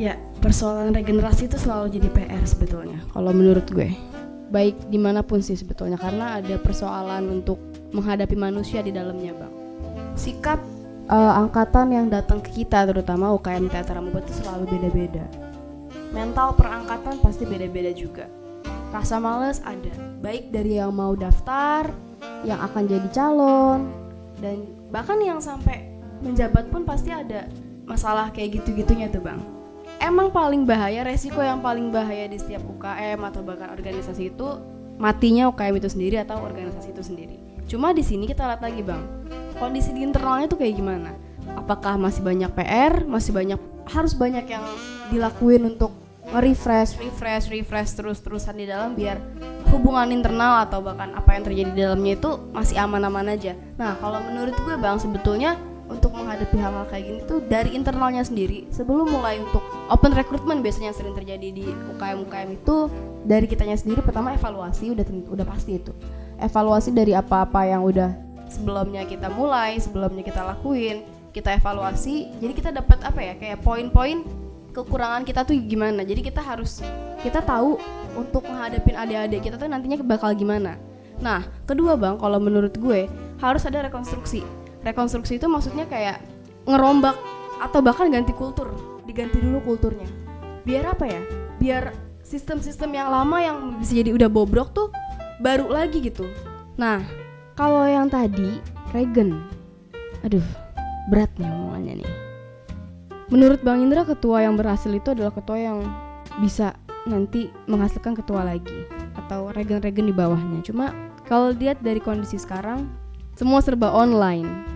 Ya, persoalan regenerasi itu selalu jadi PR sebetulnya kalau menurut gue. Baik dimanapun sih sebetulnya, karena ada persoalan untuk menghadapi manusia di dalamnya, Bang. Sikap angkatan yang datang ke kita, terutama UKM Teater Amoeba itu selalu beda-beda. Mental perangkatan pasti beda-beda juga. Rasa males ada, baik dari yang mau daftar, yang akan jadi calon, dan bahkan yang sampai menjabat pun pasti ada masalah kayak gitu-gitunya tuh, Bang. Emang paling bahaya, resiko yang paling bahaya di setiap UKM atau bahkan organisasi itu matinya UKM itu sendiri atau organisasi itu sendiri. Cuma di sini kita lihat lagi, Bang, kondisi di internalnya tuh kayak gimana? Apakah masih banyak PR, harus banyak yang dilakuin untuk refresh terus-terusan di dalam biar hubungan internal atau bahkan apa yang terjadi di dalamnya itu masih aman-aman aja. Nah, kalau menurut gue, Bang, sebetulnya untuk menghadapi hal-hal kayak gini tuh dari internalnya sendiri, sebelum mulai untuk open recruitment biasanya yang sering terjadi di UKM itu, dari kitanya sendiri pertama evaluasi, udah pasti itu. Evaluasi dari apa-apa yang udah sebelumnya kita mulai, sebelumnya kita lakuin, kita evaluasi. Jadi kita dapat kayak poin-poin kekurangan kita tuh gimana. Jadi kita tahu untuk menghadapin adik-adik kita tuh nantinya bakal gimana. Nah, kedua, Bang, kalau menurut gue harus ada rekonstruksi. Rekonstruksi itu maksudnya kayak ngerombak atau bahkan ganti kultur, diganti dulu kulturnya. Biar biar sistem-sistem yang lama yang bisa jadi udah bobrok tuh baru lagi gitu. Nah, kalau yang tadi Regen, aduh berat nih omongannya nih. Menurut Bang Indra, ketua yang berhasil itu adalah ketua yang bisa nanti menghasilkan ketua lagi atau regen-regen di bawahnya. Cuma kalau lihat dari kondisi sekarang, semua serba online.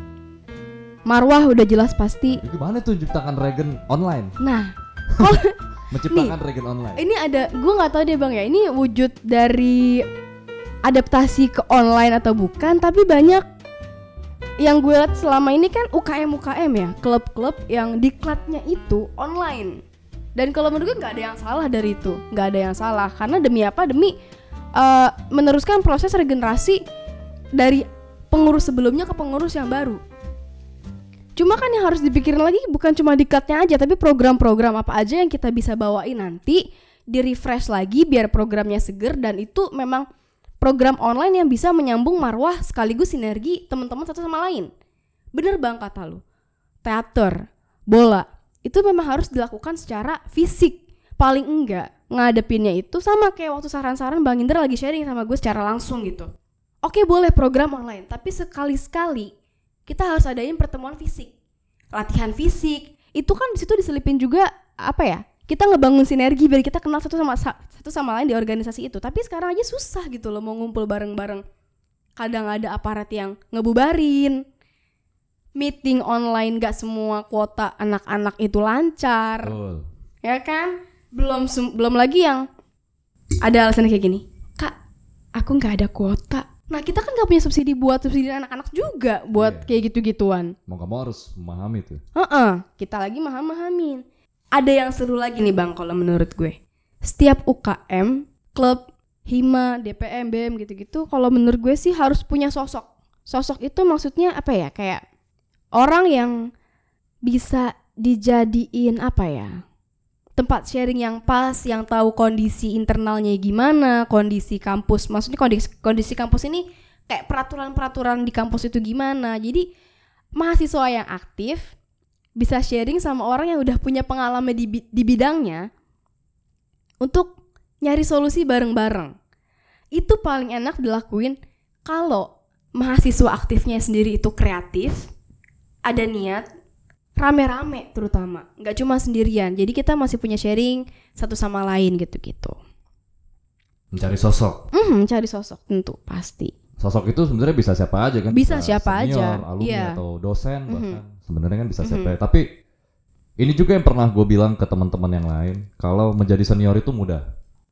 Marwah udah jelas pasti. Gimana tuh menciptakan regen online? Nah, menciptakan regen online. Ini ada, gue nggak tahu deh, Bang, ya. Ini wujud dari adaptasi ke online atau bukan, tapi banyak yang gue lihat selama ini kan UKM ya, klub-klub yang diklatnya itu online. Dan kalau menurut gue nggak ada yang salah dari itu, nggak ada yang salah. Karena demi apa? Demi meneruskan proses regenerasi dari pengurus sebelumnya ke pengurus yang baru. Cuma kan yang harus dipikirin lagi bukan cuma diklatnya aja, tapi program-program apa aja yang kita bisa bawain nanti, di-refresh lagi biar programnya seger, dan itu memang program online yang bisa menyambung marwah sekaligus sinergi teman-teman satu sama lain. Bener, Bang, kata lu. Teater, bola, itu memang harus dilakukan secara fisik. Paling enggak ngadepinnya itu sama kayak waktu saran-saran Bang Indra lagi sharing sama gue secara langsung gitu. Oke, boleh program online, tapi sekali-sekali kita harus adain pertemuan fisik, latihan fisik. Itu kan di situ diselipin juga kita ngebangun sinergi biar kita kenal satu sama lain di organisasi itu. Tapi sekarang aja susah gitu loh mau ngumpul bareng-bareng. Kadang ada aparat yang ngebubarin. Meeting online gak semua kuota anak-anak itu lancar. Ya kan? Belum lagi yang ada alasan kayak gini. Kak, aku gak ada kuota. Nah, kita kan gak punya subsidi anak-anak juga buat kayak gitu-gituan. Mau gak mau harus memahami tuh. Kita lagi memahami. Ada yang seru lagi nih, Bang, kalau menurut gue. Setiap UKM, klub, hima, DPM, BEM gitu-gitu, kalau menurut gue sih harus punya sosok. Sosok itu maksudnya kayak orang yang bisa dijadiin tempat sharing yang pas, yang tahu kondisi internalnya gimana, kondisi kampus, maksudnya kondisi kampus ini kayak peraturan-peraturan di kampus itu gimana. Jadi mahasiswa yang aktif bisa sharing sama orang yang udah punya pengalaman di bidangnya untuk nyari solusi bareng-bareng. Itu paling enak dilakuin kalau mahasiswa aktifnya sendiri itu kreatif, ada niat, rame-rame terutama, nggak cuma sendirian. Jadi kita masih punya sharing satu sama lain gitu-gitu. Mencari sosok. Mencari sosok tentu pasti. Sosok itu sebenarnya bisa siapa aja kan? Bisa siapa senior, aja, alumni atau dosen bahkan. Sebenarnya kan bisa siapa aja. Tapi ini juga yang pernah gue bilang ke teman-teman yang lain, kalau menjadi senior itu mudah.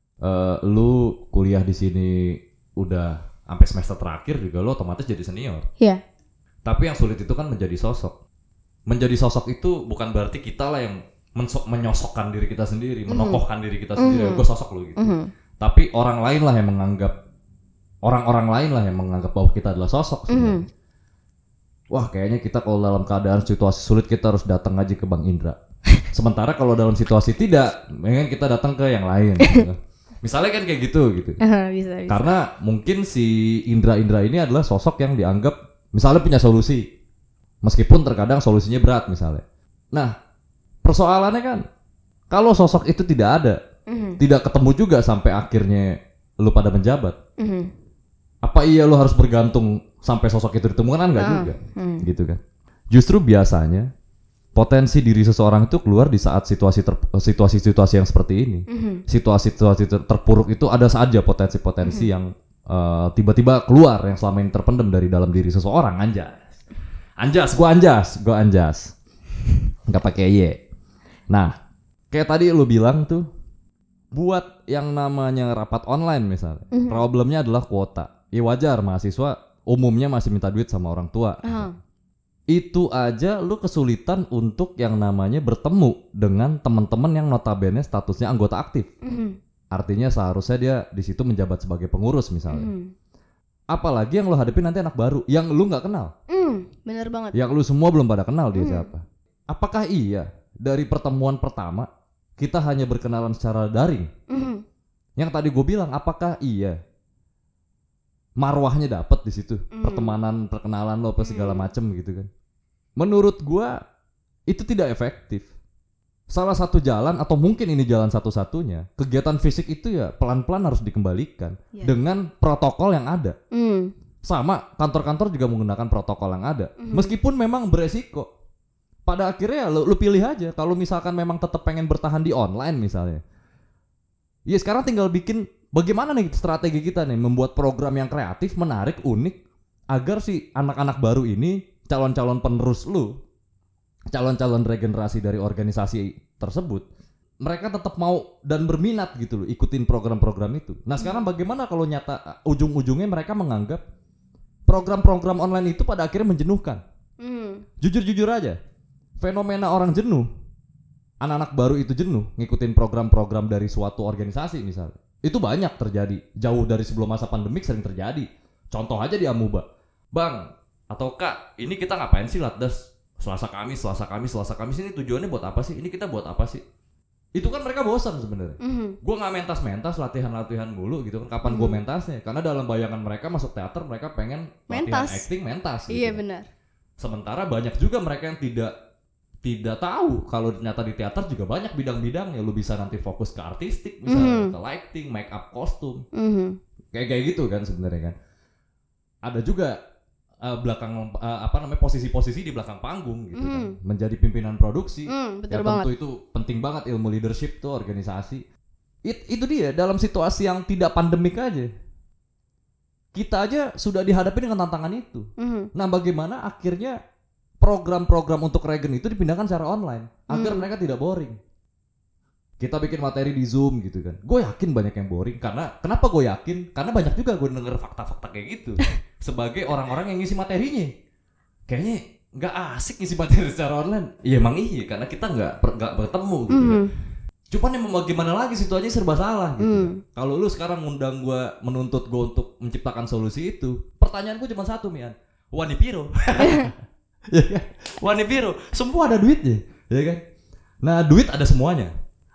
Lu kuliah di sini udah sampai semester terakhir juga lu otomatis jadi senior. Iya. Tapi yang sulit itu kan menjadi sosok. Menjadi sosok itu bukan berarti kita lah yang menyosokkan diri kita sendiri, menokohkan diri kita sendiri. Gue sosok lu gitu. Tapi orang lain lah yang menganggap, orang-orang lain lah yang menganggap bahwa kita adalah sosok sebenarnya. Wah, kayaknya kita kalau dalam keadaan situasi sulit kita harus datang aja ke Bang Indra. Sementara kalau dalam situasi tidak, mendingan kita datang ke yang lain. Gitu. Misalnya kan kayak gitu. Bisa. Karena mungkin si Indra ini adalah sosok yang dianggap misalnya punya solusi, meskipun terkadang solusinya berat misalnya. Nah, persoalannya kan kalau sosok itu tidak ada, tidak ketemu juga sampai akhirnya lu pada menjabat. Apa iya lu harus bergantung sampai sosok itu ditemukan? Kan enggak juga, gitu kan. Justru biasanya potensi diri seseorang itu keluar di saat situasi-situasi yang seperti ini. Situasi-situasi terpuruk itu ada saja potensi-potensi yang tiba-tiba keluar yang selama ini terpendam dari dalam diri seseorang. Gua anjas. Nggak pakai Y. Nah, kayak tadi lu bilang tuh, buat yang namanya rapat online misalnya, problemnya adalah kuota. Ya wajar, mahasiswa umumnya masih minta duit sama orang tua. Itu aja lu kesulitan untuk yang namanya bertemu dengan teman-teman yang notabene statusnya anggota aktif. Artinya seharusnya dia di situ menjabat sebagai pengurus misalnya. Apalagi yang lu hadapi nanti anak baru yang lu nggak kenal. Bener banget. Yang lu semua belum pada kenal dia siapa. Apakah iya dari pertemuan pertama kita hanya berkenalan secara daring? Yang tadi gue bilang, apakah iya marwahnya dapat di situ, perkenalan lo apa segala macem gitu kan? Menurut gua itu tidak efektif. Salah satu jalan atau mungkin ini jalan satu-satunya, kegiatan fisik itu ya pelan-pelan harus dikembalikan dengan protokol yang ada. Sama kantor-kantor juga menggunakan protokol yang ada, meskipun memang beresiko. Pada akhirnya lu pilih aja. Kalau misalkan memang tetap pengen bertahan di online misalnya, ya sekarang tinggal bikin bagaimana nih strategi kita nih membuat program yang kreatif, menarik, unik agar si anak-anak baru ini, calon-calon penerus lu, calon-calon regenerasi dari organisasi tersebut, mereka tetap mau dan berminat gitu loh ikutin program-program itu. Nah, sekarang bagaimana kalau nyata ujung-ujungnya mereka menganggap program-program online itu pada akhirnya menjenuhkan. Jujur-jujur aja, fenomena orang jenuh, anak-anak baru itu jenuh ngikutin program-program dari suatu organisasi misalnya. Itu banyak terjadi, jauh dari sebelum masa pandemik sering terjadi. Contoh aja di Amuba. Bang, atau Kak, ini kita ngapain sih Latdas? Selasa Kamis ini tujuannya buat apa sih? Ini kita buat apa sih? Itu kan mereka bosan sebenarnya. Gue nggak mentas latihan mulu gitu kan. Kapan gue mentasnya? Karena dalam bayangan mereka masuk teater, mereka pengen latihan acting mentas. Iya gitu. benar. Sementara banyak juga mereka yang tidak tahu kalau ternyata di teater juga banyak bidang-bidangnya. Lu bisa nanti fokus ke artistik misalnya, ke lighting, make up, kostum. Kayak gitu kan sebenarnya kan. Ada juga posisi-posisi di belakang panggung gitu kan. Menjadi pimpinan produksi. Betul ya banget. tentu itu penting banget, ilmu leadership tuh organisasi. Itu dia dalam situasi yang tidak pandemik aja. Kita aja sudah dihadapi dengan tantangan itu. Nah, bagaimana akhirnya program-program untuk regen itu dipindahkan secara online agar mereka tidak boring. Kita bikin materi di Zoom gitu kan. Gue yakin banyak yang boring. Kenapa gue yakin? Karena banyak juga gue denger fakta-fakta kayak gitu. Sebagai orang-orang yang ngisi materinya, kayaknya nggak asik ngisi materi secara online. Iya emang iya, karena kita nggak bertemu gitu kan. Cuman yang mau gimana lagi, situasinya serba salah gitu. Kalau lu sekarang ngundang gue, menuntut gue untuk menciptakan solusi itu, pertanyaanku cuma satu, Mian. Wani piro? Wani piro? Semua ada duitnya, ya kan? Nah, duit ada semuanya.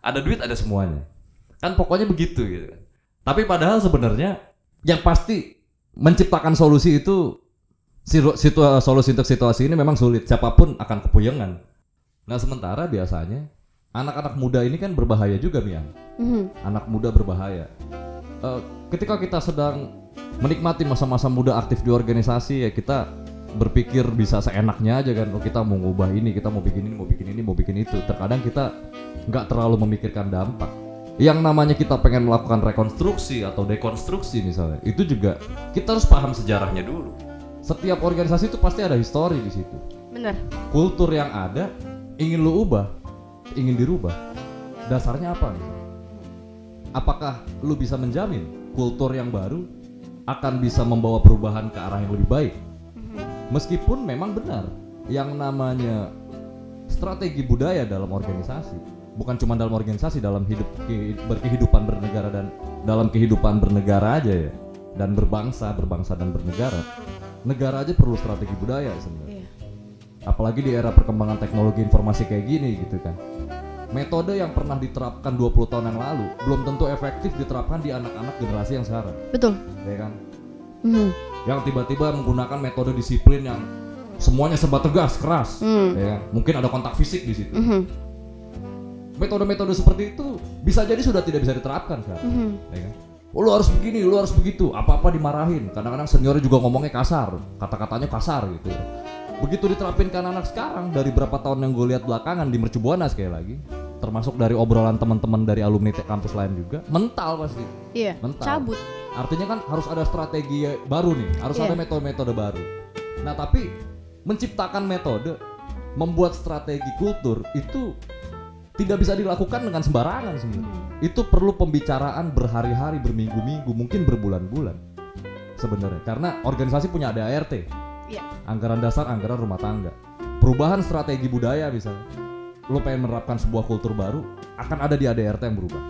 Kan pokoknya begitu gitu kan. Tapi padahal sebenarnya yang pasti menciptakan solusi itu, solusi untuk situasi ini memang sulit. Siapapun akan kepuyengan. Nah, sementara biasanya anak-anak muda ini kan berbahaya juga, Mian. Anak muda berbahaya. Ketika kita sedang menikmati masa-masa muda aktif di organisasi, ya kita berpikir bisa seenaknya aja kan. Oh, kita mau ngubah ini, kita mau bikin ini, mau bikin itu. Terkadang kita nggak terlalu memikirkan dampak. Yang namanya kita pengen melakukan rekonstruksi atau dekonstruksi misalnya, itu juga kita harus paham sejarahnya dulu. Setiap organisasi itu pasti ada histori di situ. Bener. Kultur yang ada ingin lu ubah, ingin dirubah. Dasarnya apa nih? Apakah lu bisa menjamin kultur yang baru akan bisa membawa perubahan ke arah yang lebih baik? Meskipun memang benar yang namanya strategi budaya dalam organisasi, bukan cuma dalam organisasi, dalam berkehidupan bernegara dan dalam kehidupan bernegara aja ya, dan berbangsa dan bernegara. Negara aja perlu strategi budaya sebenarnya. Apalagi di era perkembangan teknologi informasi kayak gini gitu kan. metode yang pernah diterapkan 20 tahun yang lalu belum tentu efektif diterapkan di anak-anak generasi yang sekarang. Betul. Ya kan? Yang tiba-tiba menggunakan metode disiplin yang semuanya serba tegas, keras, ya kan? Mungkin ada kontak fisik di situ. Metode-metode seperti itu bisa jadi sudah tidak bisa diterapkan sekarang. Ya kan? Oh, lu harus begini, lu harus begitu, apa-apa dimarahin. Kadang-kadang seniornya juga ngomongnya kasar, kata-katanya kasar gitu. Begitu diterapin ke anak sekarang, dari berapa tahun yang gue lihat belakangan di Mercu Buana sekali lagi, termasuk dari obrolan teman-teman dari alumni kampus lain juga, mental pasti. Iya. Mental. Cabut. Artinya kan harus ada strategi baru nih, harus ada metode-metode baru. Nah tapi menciptakan metode, membuat strategi kultur itu tidak bisa dilakukan dengan sembarangan sebenarnya. Itu perlu pembicaraan berhari-hari, berminggu-minggu, mungkin berbulan-bulan sebenarnya. Karena organisasi punya ADART, anggaran dasar, anggaran rumah tangga. Perubahan strategi budaya misalnya, lo pengen menerapkan sebuah kultur baru, akan ada di ADART yang berubah.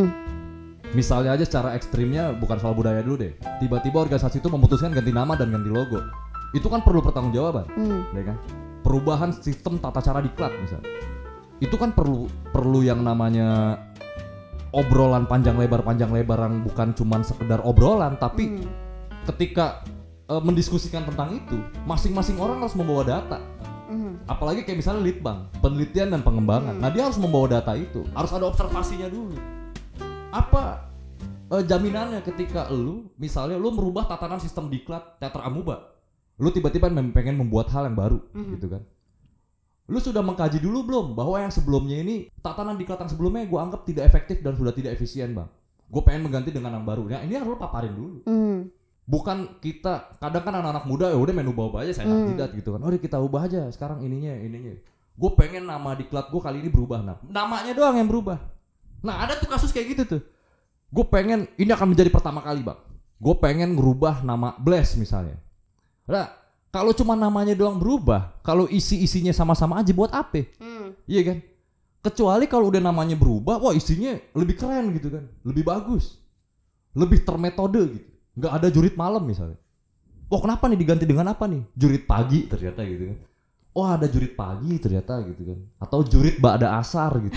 Misalnya aja secara ekstrimnya bukan soal budaya dulu deh. Tiba-tiba organisasi itu memutuskan ganti nama dan ganti logo. Itu kan perlu pertanggungjawaban, ya kan? Perubahan sistem tata cara diklat misalnya. Itu kan perlu yang namanya obrolan panjang lebar yang bukan cuman sekedar obrolan, tapi ketika mendiskusikan tentang itu, masing-masing orang harus membawa data. Apalagi kayak misalnya litbang, penelitian dan pengembangan. Nah dia harus membawa data itu, harus ada observasinya dulu. Apa jaminannya ketika misalnya lu merubah tatanan sistem diklat teater amuba, lu tiba-tiba pengen membuat hal yang baru, gitu kan? Lu sudah mengkaji dulu belum bahwa yang sebelumnya ini tatanan diklat yang sebelumnya gue anggap tidak efektif dan sudah tidak efisien bang. Gue pengen mengganti dengan yang baru. Nah ini harus lu paparin dulu. Bukan kita kadang kan anak-anak muda ya udah main ubah-ubah aja saya jidat gitu kan. Oh kita ubah aja sekarang ininya. Gue pengen nama diklat gue kali ini berubah, namanya doang yang berubah. Nah ada tuh kasus kayak gitu tuh. Gue pengen ini akan menjadi pertama kali bang. Gue pengen ngerubah nama Blast misalnya. Nah kalau cuma namanya doang berubah, kalau isi-isinya sama-sama aja buat apa? Iya kan? Kecuali kalau udah namanya berubah, wah isinya lebih keren gitu kan, lebih bagus, lebih termetode gitu. Nggak ada jurit malam misalnya. Oh kenapa nih diganti dengan apa nih? Jurit pagi ternyata gitu kan. Oh ada jurit pagi ternyata gitu kan. Atau jurit ba'da asar gitu.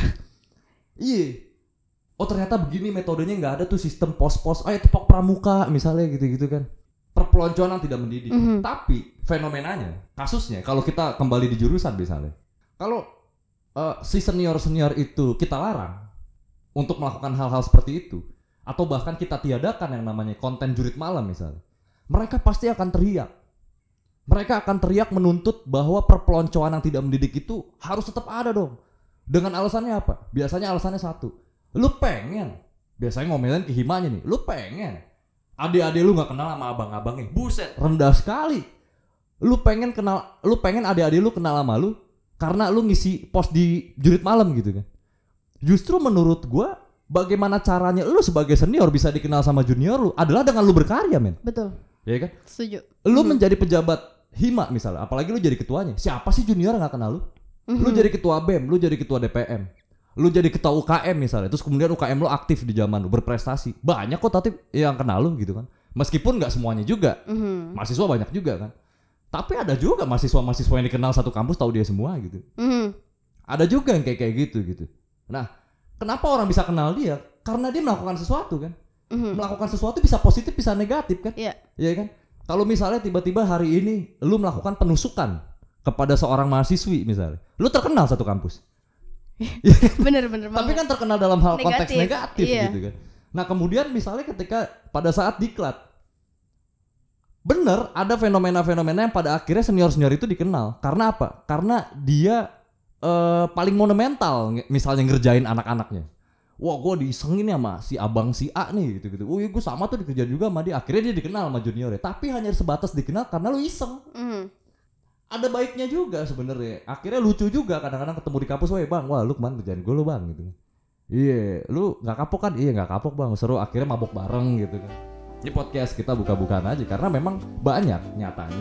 Iya. Oh ternyata begini metodenya, nggak ada tuh sistem pos-pos. Tepok pramuka misalnya gitu-gitu kan. Perpeloncoan tidak mendidik. Tapi fenomenanya, kasusnya kalau kita kembali di jurusan misalnya, kalau si senior itu kita larang untuk melakukan hal-hal seperti itu, atau bahkan kita tiadakan yang namanya konten jurit malam misalnya, mereka pasti akan teriak. Mereka akan teriak menuntut bahwa perpeloncoan yang tidak mendidik itu harus tetap ada dong. Dengan alasannya apa? Biasanya alasannya satu, lu pengen, biasanya ngomelin ke himanya nih, lu pengen adik-adik lu nggak kenal sama abang-abangnya, buset rendah sekali. Lu pengen adik-adik lu kenal sama lu karena lu ngisi pos di jurit malam gitu kan. Justru menurut gua bagaimana caranya lu sebagai senior bisa dikenal sama junior lu adalah dengan lu berkarya men. Betul. Iya kan? Setuju. Lu menjadi pejabat hima misalnya, apalagi lu jadi ketuanya. Siapa sih junior yang nggak kenal lu? Lu jadi ketua BEM, lu jadi ketua DPM, lu jadi ketua UKM misalnya, terus kemudian UKM lu aktif di zaman lu, berprestasi. Banyak kok tatip yang kenal lu gitu kan. Meskipun nggak semuanya juga, mahasiswa banyak juga kan. Tapi ada juga mahasiswa yang dikenal satu kampus tahu dia semua gitu. Ada juga yang kayak gitu. Nah, kenapa orang bisa kenal dia? Karena dia melakukan sesuatu kan. Melakukan sesuatu bisa positif bisa negatif kan. Iya kan. Kalau misalnya tiba-tiba hari ini lu melakukan penusukan kepada seorang mahasiswi misalnya, lu terkenal satu kampus. Bener Tapi kan terkenal dalam hal konteks negatif gitu kan. Nah kemudian misalnya ketika pada saat diklat, bener ada fenomena-fenomena yang pada akhirnya senior-senior itu dikenal. Karena apa? Karena dia paling monumental misalnya ngerjain anak-anaknya. Wah gue diisengin sama si abang si A nih gitu-gitu. Oh iya gue sama tuh dikerjain juga sama dia. Akhirnya dia dikenal sama juniornya. Tapi hanya sebatas dikenal karena lu iseng. Ada baiknya juga sebenarnya. Akhirnya lucu juga kadang-kadang ketemu di kampus, "Woi, Bang, wah lu kemarin kerjaan gue lu, Bang." gitu. Iya, lu enggak kapok kan? Iya, enggak kapok, Bang. Seru akhirnya mabok bareng gitu kan. Ini podcast kita buka-bukaan aja karena memang banyak nyatanya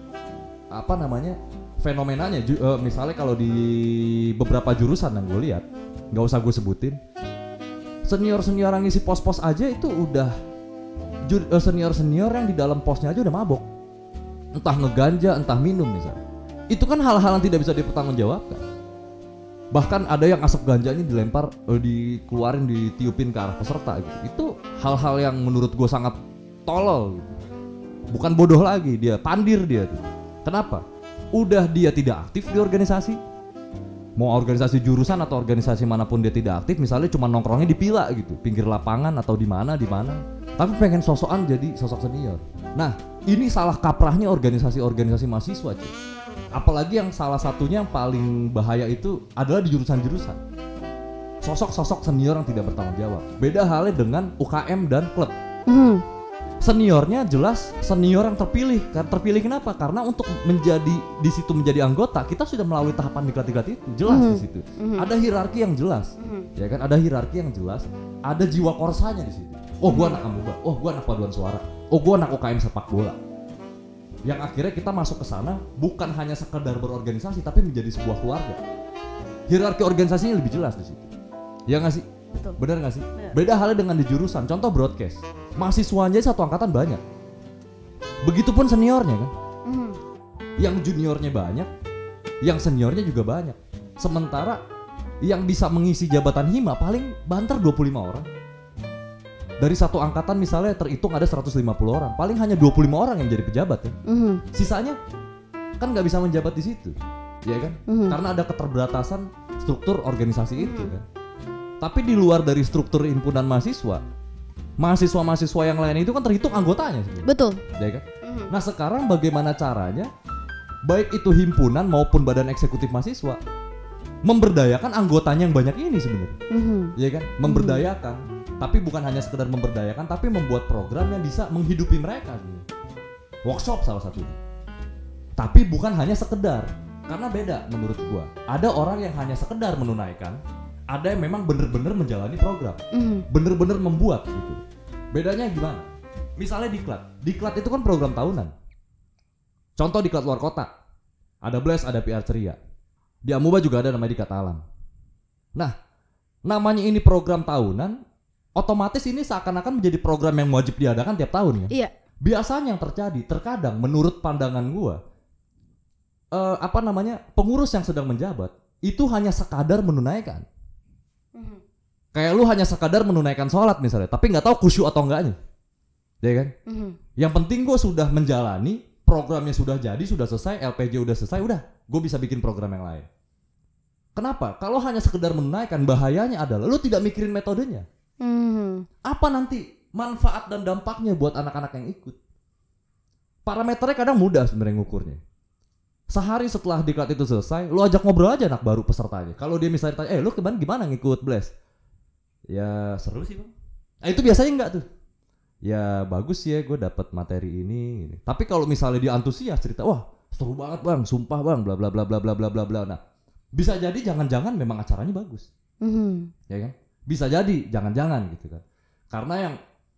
fenomenanya. Misalnya kalau di beberapa jurusan yang gue lihat, enggak usah gue sebutin. Senior-senior yang ngisi pos-pos aja itu udah senior-senior yang di dalam posnya aja udah mabok. Entah ngeganja, entah minum misalnya. Itu kan hal-hal yang tidak bisa dipertanggungjawabkan. Bahkan ada yang asap ganjanya dilempar, dikeluarin, ditiupin ke arah peserta gitu. Itu hal-hal yang menurut gue sangat tolol gitu. Bukan bodoh lagi, dia pandir dia tuh. Kenapa? Udah dia tidak aktif di organisasi, mau organisasi jurusan atau organisasi manapun dia tidak aktif, misalnya cuma nongkrongnya di pila gitu, pinggir lapangan atau di mana, tapi pengen sosokan jadi sosok senior. Nah, ini salah kaprahnya organisasi mahasiswa, cuy. Apalagi yang salah satunya yang paling bahaya itu adalah di jurusan-jurusan. Sosok-sosok senior yang tidak bertanggung jawab. Beda halnya dengan UKM dan klub. Seniornya jelas senior yang terpilih. Terpilih kenapa? Karena untuk menjadi di situ menjadi anggota, kita sudah melalui tahapan diklat-diklat itu. Jelas di situ. Ada hierarki yang jelas. Ya kan? Ada hierarki yang jelas, ada jiwa korsanya di situ. Oh, gua anak amuba. Oh, gua anak paduan suara. Oh, gua anak UKM sepak bola. Yang akhirnya kita masuk ke sana bukan hanya sekedar berorganisasi tapi menjadi sebuah keluarga. Hierarki organisasinya lebih jelas di situ. Ya nggak sih? Betul. Benar nggak sih? Benar. Beda halnya dengan di jurusan. Contoh broadcast. Mahasiswanya satu angkatan banyak. Begitupun seniornya kan. Yang juniornya banyak, yang seniornya juga banyak. Sementara yang bisa mengisi jabatan hima paling banter 25 orang. Dari satu angkatan misalnya terhitung ada 150 orang, paling hanya 25 orang yang jadi pejabat ya. Sisanya kan nggak bisa menjabat di situ, ya kan? Karena ada keterbatasan struktur organisasi itu kan. Tapi di luar dari struktur himpunan mahasiswa yang lain itu kan terhitung anggotanya sebenarnya. Betul. Ya kan? Nah sekarang bagaimana caranya, baik itu himpunan maupun badan eksekutif mahasiswa memberdayakan anggotanya yang banyak ini sebenarnya, ya kan? Memberdayakan. Tapi bukan hanya sekedar memberdayakan, tapi membuat program yang bisa menghidupi mereka. Workshop salah satunya. Tapi bukan hanya sekedar, karena beda menurut gua. Ada orang yang hanya sekedar menunaikan, ada yang memang benar-benar menjalani program, benar-benar membuat gitu. Bedanya gimana? Misalnya diklat itu kan program tahunan. Contoh diklat luar kota, ada Blast, ada PR Ceria. Di Amuba juga ada namanya Diklat Alam. Nah, namanya ini program tahunan, otomatis ini seakan-akan menjadi program yang wajib diadakan tiap tahun ya. Iya. Biasanya yang terjadi, terkadang menurut pandangan gua, pengurus yang sedang menjabat itu hanya sekadar menunaikan. Kayak lu hanya sekadar menunaikan sholat misalnya, tapi nggak tahu khusyuk atau enggaknya, ya kan? Yang penting gua sudah menjalani, programnya sudah jadi, sudah selesai, LPJ udah selesai, udah, gua bisa bikin program yang lain. Kenapa? Kalau hanya sekedar menunaikan, bahayanya adalah lu tidak mikirin metodenya. Apa nanti manfaat dan dampaknya buat anak-anak yang ikut? Parameternya kadang mudah sebenarnya ngukurnya. Sehari setelah diklat itu selesai, lu ajak ngobrol aja anak baru pesertanya. Kalau dia misalnya tanya, lu gimana ngikut Blast? Ya seru sih bang. Itu biasanya enggak tuh. Ya bagus ya, gue dapat materi ini. Tapi kalau misalnya dia antusias cerita, wah seru banget bang, sumpah bang, bla bla bla bla bla bla bla bla. Nah, bisa jadi jangan-jangan memang acaranya bagus, ya kan? Bisa jadi jangan-jangan gitu kan. Karena yang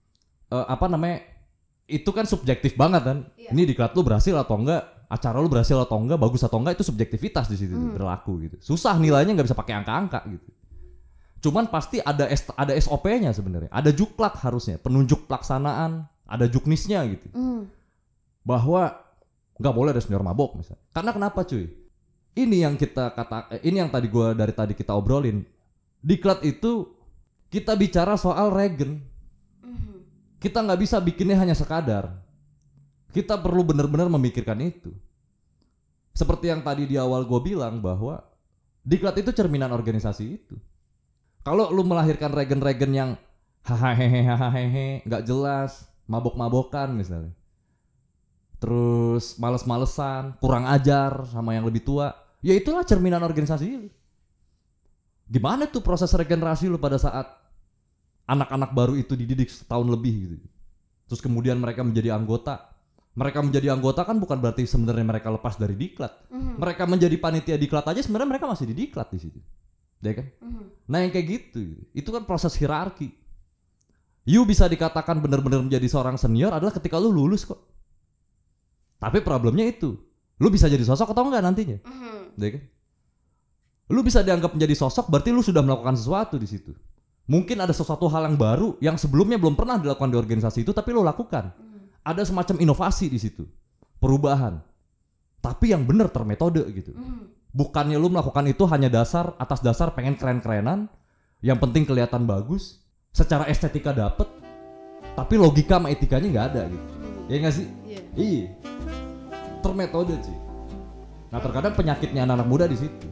itu kan subjektif banget kan. Iya. Ini diklat lu berhasil atau enggak, acara lu berhasil atau enggak, bagus atau enggak, itu subjektivitas di situ berlaku gitu. Susah nilainya, nggak bisa pakai angka-angka gitu. Cuman pasti ada SOP-nya sebenarnya. Ada juklak harusnya, penunjuk pelaksanaan, ada juknisnya gitu. Bahwa nggak boleh ada senior mabok misalnya. Karena kenapa cuy? Ini yang dari tadi kita obrolin. Diklat itu kita bicara soal regen. Kita nggak bisa bikinnya hanya sekadar. Kita perlu benar-benar memikirkan itu. Seperti yang tadi di awal gue bilang bahwa diklat itu cerminan organisasi itu. Kalau lu melahirkan regen-regen yang hahaha nggak jelas, mabok-mabokan misalnya, terus males-malesan, kurang ajar sama yang lebih tua, ya itulah cerminan organisasi. Gimana tuh proses regenerasi lu pada saat anak-anak baru itu dididik setahun lebih gitu. Terus kemudian mereka menjadi anggota. Mereka menjadi anggota kan bukan berarti sebenarnya mereka lepas dari diklat. Mereka menjadi panitia diklat aja sebenarnya mereka masih di diklat di situ. Ya kan? Nah yang kayak gitu, itu kan proses hierarki. You bisa dikatakan benar-benar menjadi seorang senior adalah ketika lu lulus kok. Tapi problemnya itu, lu bisa jadi sosok atau enggak nantinya. Ya kan? Lu bisa dianggap menjadi sosok berarti lu sudah melakukan sesuatu di situ. Mungkin ada sesuatu hal yang baru yang sebelumnya belum pernah dilakukan di organisasi itu tapi lu lakukan. Ada semacam inovasi di situ, perubahan. Tapi yang benar termetode gitu. Bukannya lu melakukan itu hanya atas dasar pengen keren-kerenan, yang penting kelihatan bagus, secara estetika dapet, tapi logika sama etikanya nggak ada gitu. Ya nggak sih? Iya. Termetode sih. Nah terkadang penyakitnya anak-anak muda di situ.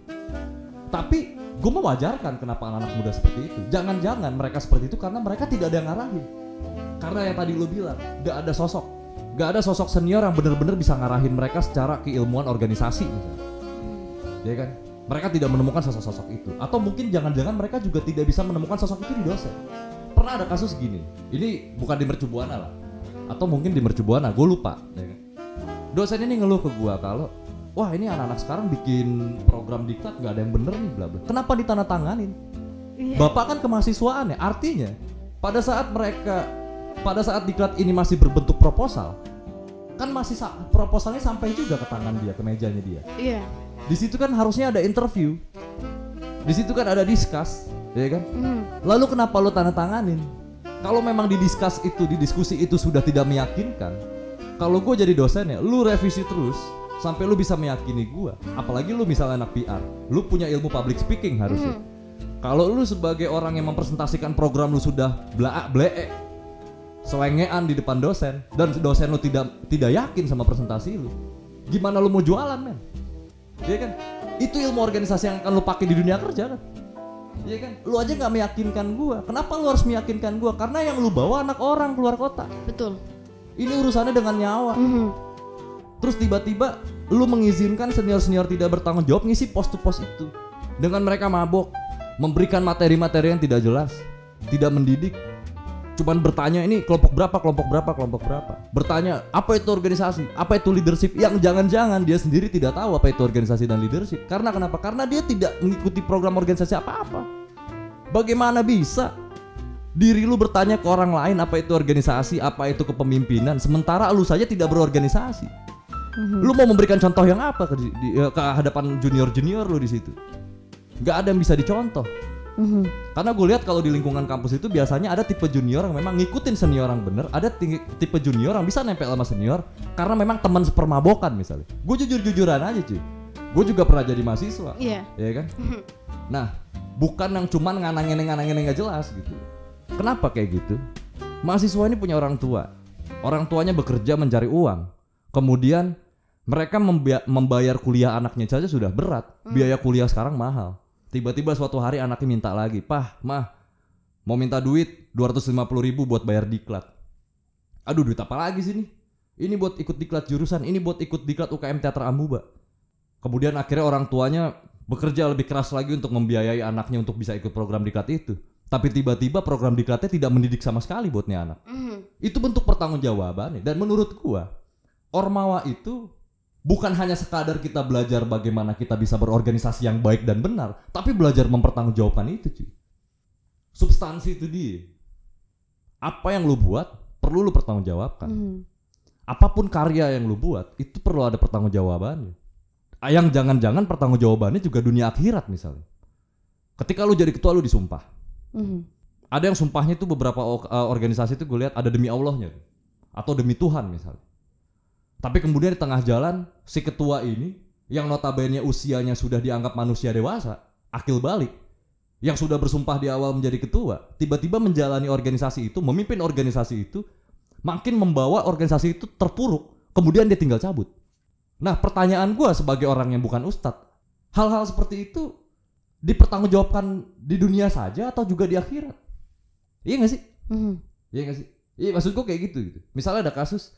Tapi gue mewajarkan kenapa anak-anak muda seperti itu. Jangan-jangan mereka seperti itu karena mereka tidak ada yang ngarahin. Karena yang tadi lo bilang, gak ada sosok senior yang benar-benar bisa ngarahin mereka secara keilmuan organisasi misalnya. Ya kan? Mereka tidak menemukan sosok-sosok itu. Atau mungkin jangan-jangan mereka juga tidak bisa menemukan sosok itu di dosen. Pernah ada kasus gini, ini bukan di Mercu Buana lah, atau mungkin di Mercu Buana, gue lupa ya kan? Dosen ini ngeluh ke gue kalau wah ini anak-anak sekarang bikin program diklat gak ada yang bener nih bla bla. Kenapa ditandatanganin? Bapak kan kemahasiswaan ya. Artinya pada saat diklat ini masih berbentuk proposal, kan masih proposalnya sampai juga ke tangan dia, ke mejanya dia. Iya. Di situ kan harusnya ada interview. Di situ kan ada discuss, ya kan? Lalu kenapa lo tandatanganin? Kalau memang di diskusi itu sudah tidak meyakinkan, kalau gue jadi dosen ya, lu revisi terus sampai lu bisa meyakini gua. Apalagi lu misalnya anak PR, lu punya ilmu public speaking harusnya. Kalau lu sebagai orang yang mempresentasikan program lu sudah blek selengean di depan dosen dan dosen lu tidak yakin sama presentasi lu, gimana lu mau jualan men? Iya kan? Itu ilmu organisasi yang akan lu pakai di dunia kerja kan? Iya kan? Lu aja nggak meyakinkan gua. Kenapa lu harus meyakinkan gua? Karena yang lu bawa anak orang keluar kota. Betul. Ini urusannya dengan nyawa. Terus tiba-tiba lu mengizinkan senior-senior tidak bertanggung jawab ngisi pos to pos itu. Dengan mereka mabok, memberikan materi-materi yang tidak jelas, tidak mendidik. Cuman bertanya ini kelompok berapa. Bertanya apa itu organisasi, apa itu leadership, yang jangan-jangan dia sendiri tidak tahu apa itu organisasi dan leadership. Karena kenapa? Karena dia tidak mengikuti program organisasi apa-apa. Bagaimana bisa diri lu bertanya ke orang lain apa itu organisasi, apa itu kepemimpinan, sementara lu saja tidak berorganisasi? Lu mau memberikan contoh yang apa ke hadapan junior lu di situ? Gak ada yang bisa dicontoh. Karena gue lihat kalau di lingkungan kampus itu biasanya ada tipe junior yang memang ngikutin senior yang bener, ada tipe junior yang bisa nempel sama senior karena memang teman sepermabokan misalnya. Gue jujur-jujuran aja cuy, gue juga pernah jadi mahasiswa, iya kan? Nah, bukan yang cuman nganangin nggak jelas gitu. Kenapa kayak gitu? Mahasiswa ini punya orang tuanya bekerja mencari uang, kemudian mereka membayar kuliah anaknya saja sudah berat, biaya kuliah sekarang mahal. Tiba-tiba suatu hari anaknya minta lagi, "Pah, Mah, mau minta duit 250.000 buat bayar diklat." Aduh, duit apa lagi sih nih? Ini buat ikut diklat jurusan, ini buat ikut diklat UKM Teater Amuba. Kemudian akhirnya orang tuanya bekerja lebih keras lagi untuk membiayai anaknya untuk bisa ikut program diklat itu. Tapi tiba-tiba program diklatnya tidak mendidik sama sekali buat nih anak. Itu bentuk pertanggungjawabannya. Dan menurut gua, Ormawa itu bukan hanya sekadar kita belajar bagaimana kita bisa berorganisasi yang baik dan benar, tapi belajar mempertanggungjawabkan itu cuy. Substansi itu dia. Apa yang lu buat perlu lu pertanggungjawabkan. Apapun karya yang lu buat itu perlu ada pertanggungjawabannya. Yang jangan-jangan pertanggungjawabannya juga dunia akhirat misalnya. Ketika lu jadi ketua lu disumpah. Ada yang sumpahnya itu beberapa organisasi itu gue lihat ada demi Allahnya atau demi Tuhan misalnya. Tapi kemudian di tengah jalan si ketua ini yang notabene usianya sudah dianggap manusia dewasa, akil balik, yang sudah bersumpah di awal menjadi ketua, tiba-tiba menjalani organisasi itu, memimpin organisasi itu, makin membawa organisasi itu terpuruk, kemudian dia tinggal cabut. Nah, pertanyaan gue sebagai orang yang bukan ustadz, hal-hal seperti itu dipertanggungjawabkan di dunia saja atau juga di akhirat? Iya nggak sih? Iya nggak sih? Iya, maksud gue kayak gitu. Misalnya ada kasus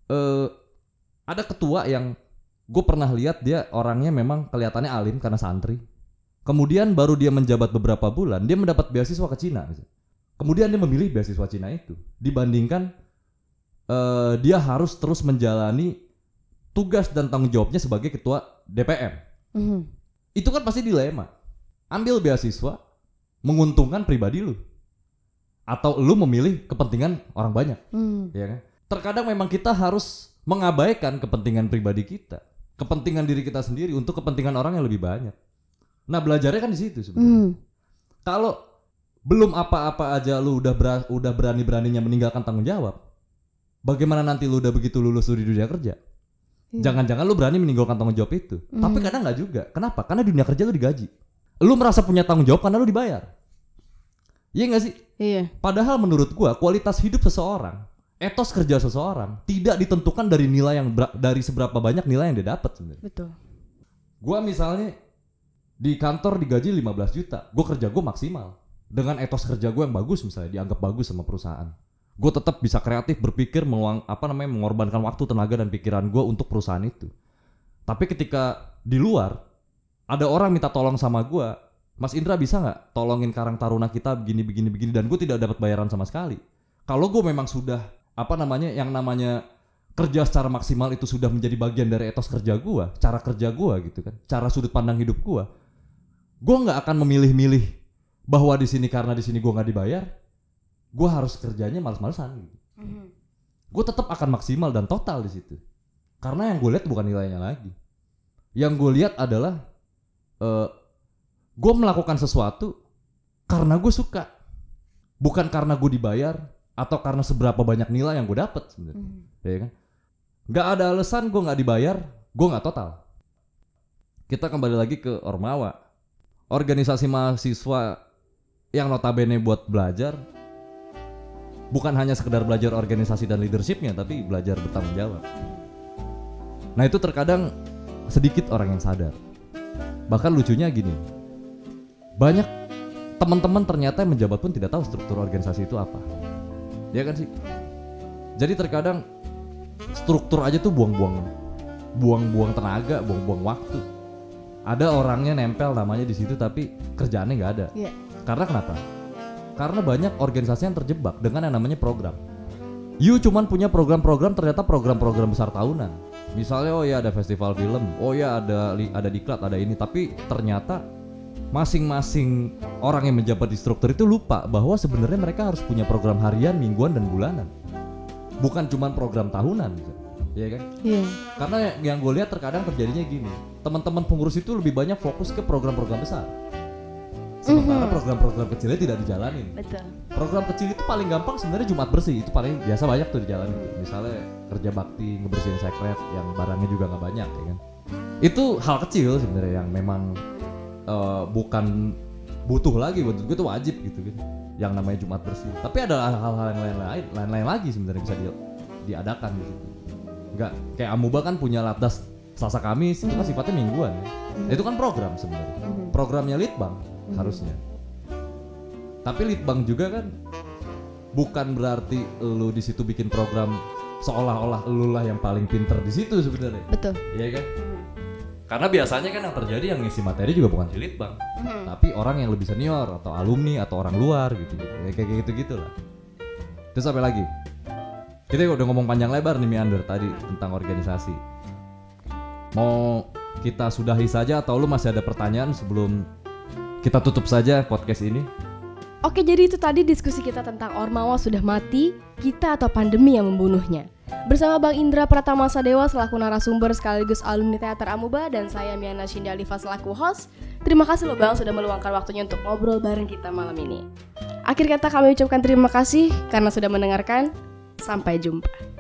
ada ketua yang gue pernah lihat dia orangnya memang kelihatannya alim karena santri. Kemudian baru dia menjabat beberapa bulan, dia mendapat beasiswa ke Cina. Kemudian dia memilih beasiswa Cina itu dibandingkan dia harus terus menjalani tugas dan tanggung jawabnya sebagai ketua DPM. Itu kan pasti dilema. Ambil beasiswa menguntungkan pribadi lu, atau lu memilih kepentingan orang banyak, ya kan? Terkadang memang kita harus mengabaikan kepentingan pribadi kita, kepentingan diri kita sendiri untuk kepentingan orang yang lebih banyak. Nah, belajarnya kan di situ sebenarnya. Kalau belum apa-apa aja lu udah berani-beraninya meninggalkan tanggung jawab, bagaimana nanti lu udah begitu lulus di dunia kerja? Jangan-jangan lu berani meninggalkan tanggung jawab itu. Tapi kadang nggak juga. Kenapa? Karena di dunia kerja lu digaji. Lu merasa punya tanggung jawab karena lu dibayar. Iya nggak sih? Iya. Padahal menurut gua kualitas hidup seseorang, etos kerja seseorang tidak ditentukan dari nilai yang dari seberapa banyak nilai yang dia dapat sebenarnya. Betul. Gua misalnya di kantor digaji 15 juta, gua kerja gua maksimal. Dengan etos kerja gua yang bagus misalnya, dianggap bagus sama perusahaan. Gua tetap bisa kreatif berpikir mengorbankan waktu, tenaga dan pikiran gua untuk perusahaan itu. Tapi ketika di luar ada orang minta tolong sama gua, Mas Indra bisa nggak tolongin Karang Taruna kita begini dan gue tidak dapat bayaran sama sekali. Kalau gue memang sudah yang namanya kerja secara maksimal itu sudah menjadi bagian dari etos kerja gue, cara kerja gue gitu kan, cara sudut pandang hidup gue nggak akan memilih-milih bahwa di sini karena di sini gue nggak dibayar, gue harus kerjanya males-malesan. Gitu. Gue tetap akan maksimal dan total di situ. Karena yang gue lihat bukan nilainya lagi. Yang gue lihat adalah gue melakukan sesuatu karena gue suka, bukan karena gue dibayar atau karena seberapa banyak nilai yang gue dapat sebenarnya, ya kan? Gak ada alasan gue nggak dibayar, gue nggak total. Kita kembali lagi ke Ormawa, organisasi mahasiswa yang notabene buat belajar, bukan hanya sekedar belajar organisasi dan leadershipnya, tapi belajar bertanggung jawab. Nah itu terkadang sedikit orang yang sadar. Bahkan lucunya gini. Banyak teman-teman ternyata yang menjabat pun tidak tahu struktur organisasi itu apa. Ya kan sih? Jadi terkadang struktur aja tuh buang-buang tenaga, buang-buang waktu. Ada orangnya nempel namanya di situ tapi kerjaannya nggak ada. Yeah. Karena kenapa? Karena banyak organisasi yang terjebak dengan yang namanya program. You cuman punya program-program, ternyata program-program besar tahunan. Misalnya oh ya ada festival film, oh ya ada diklat, ada ini, tapi ternyata masing-masing orang yang menjabat di struktur itu lupa bahwa sebenarnya mereka harus punya program harian, mingguan dan bulanan. Bukan cuma program tahunan, ya kan? Iya. Karena yang gue lihat terkadang terjadinya gini, teman-teman pengurus itu lebih banyak fokus ke program-program besar. Sementara program-program kecilnya tidak dijalanin. Betul. Program kecil itu paling gampang sebenarnya Jumat bersih, itu paling biasa banyak tuh dijalanin. Misalnya kerja bakti, ngebersihin sekret yang barangnya juga nggak banyak, ya kan? Itu hal kecil sebenarnya yang memang bukan butuh lagi, buat gue itu wajib gitu kan, yang namanya Jumat bersih. Tapi ada hal-hal yang lain lagi sebenarnya bisa diadakan gitu. Nggak kayak Amuba kan punya latdas Selasa Kamis, itu kan sifatnya mingguan ya. Itu kan program sebenarnya. Programnya Litbang harusnya. Tapi Litbang juga kan bukan berarti lu di situ bikin program seolah-olah lu lah yang paling pinter di situ sebenarnya. Betul. Iya kan? Karena biasanya kan yang terjadi yang ngisi materi juga bukan si Litbang, tapi orang yang lebih senior atau alumni atau orang luar gitu. Kayak gitu lah. Terus apa lagi? Kita udah ngomong panjang lebar nih Meander tadi tentang organisasi. Mau kita sudahi saja atau lu masih ada pertanyaan sebelum kita tutup saja podcast ini? Oke, jadi itu tadi diskusi kita tentang Ormawa sudah mati, kita atau pandemi yang membunuhnya. Bersama Bang Indra Pratama Sadewa selaku narasumber sekaligus alumni teater Amuba dan saya Miana Shindalifa selaku host. Terima kasih loh Bang sudah meluangkan waktunya untuk ngobrol bareng kita malam ini. Akhir kata kami ucapkan terima kasih karena sudah mendengarkan. Sampai jumpa.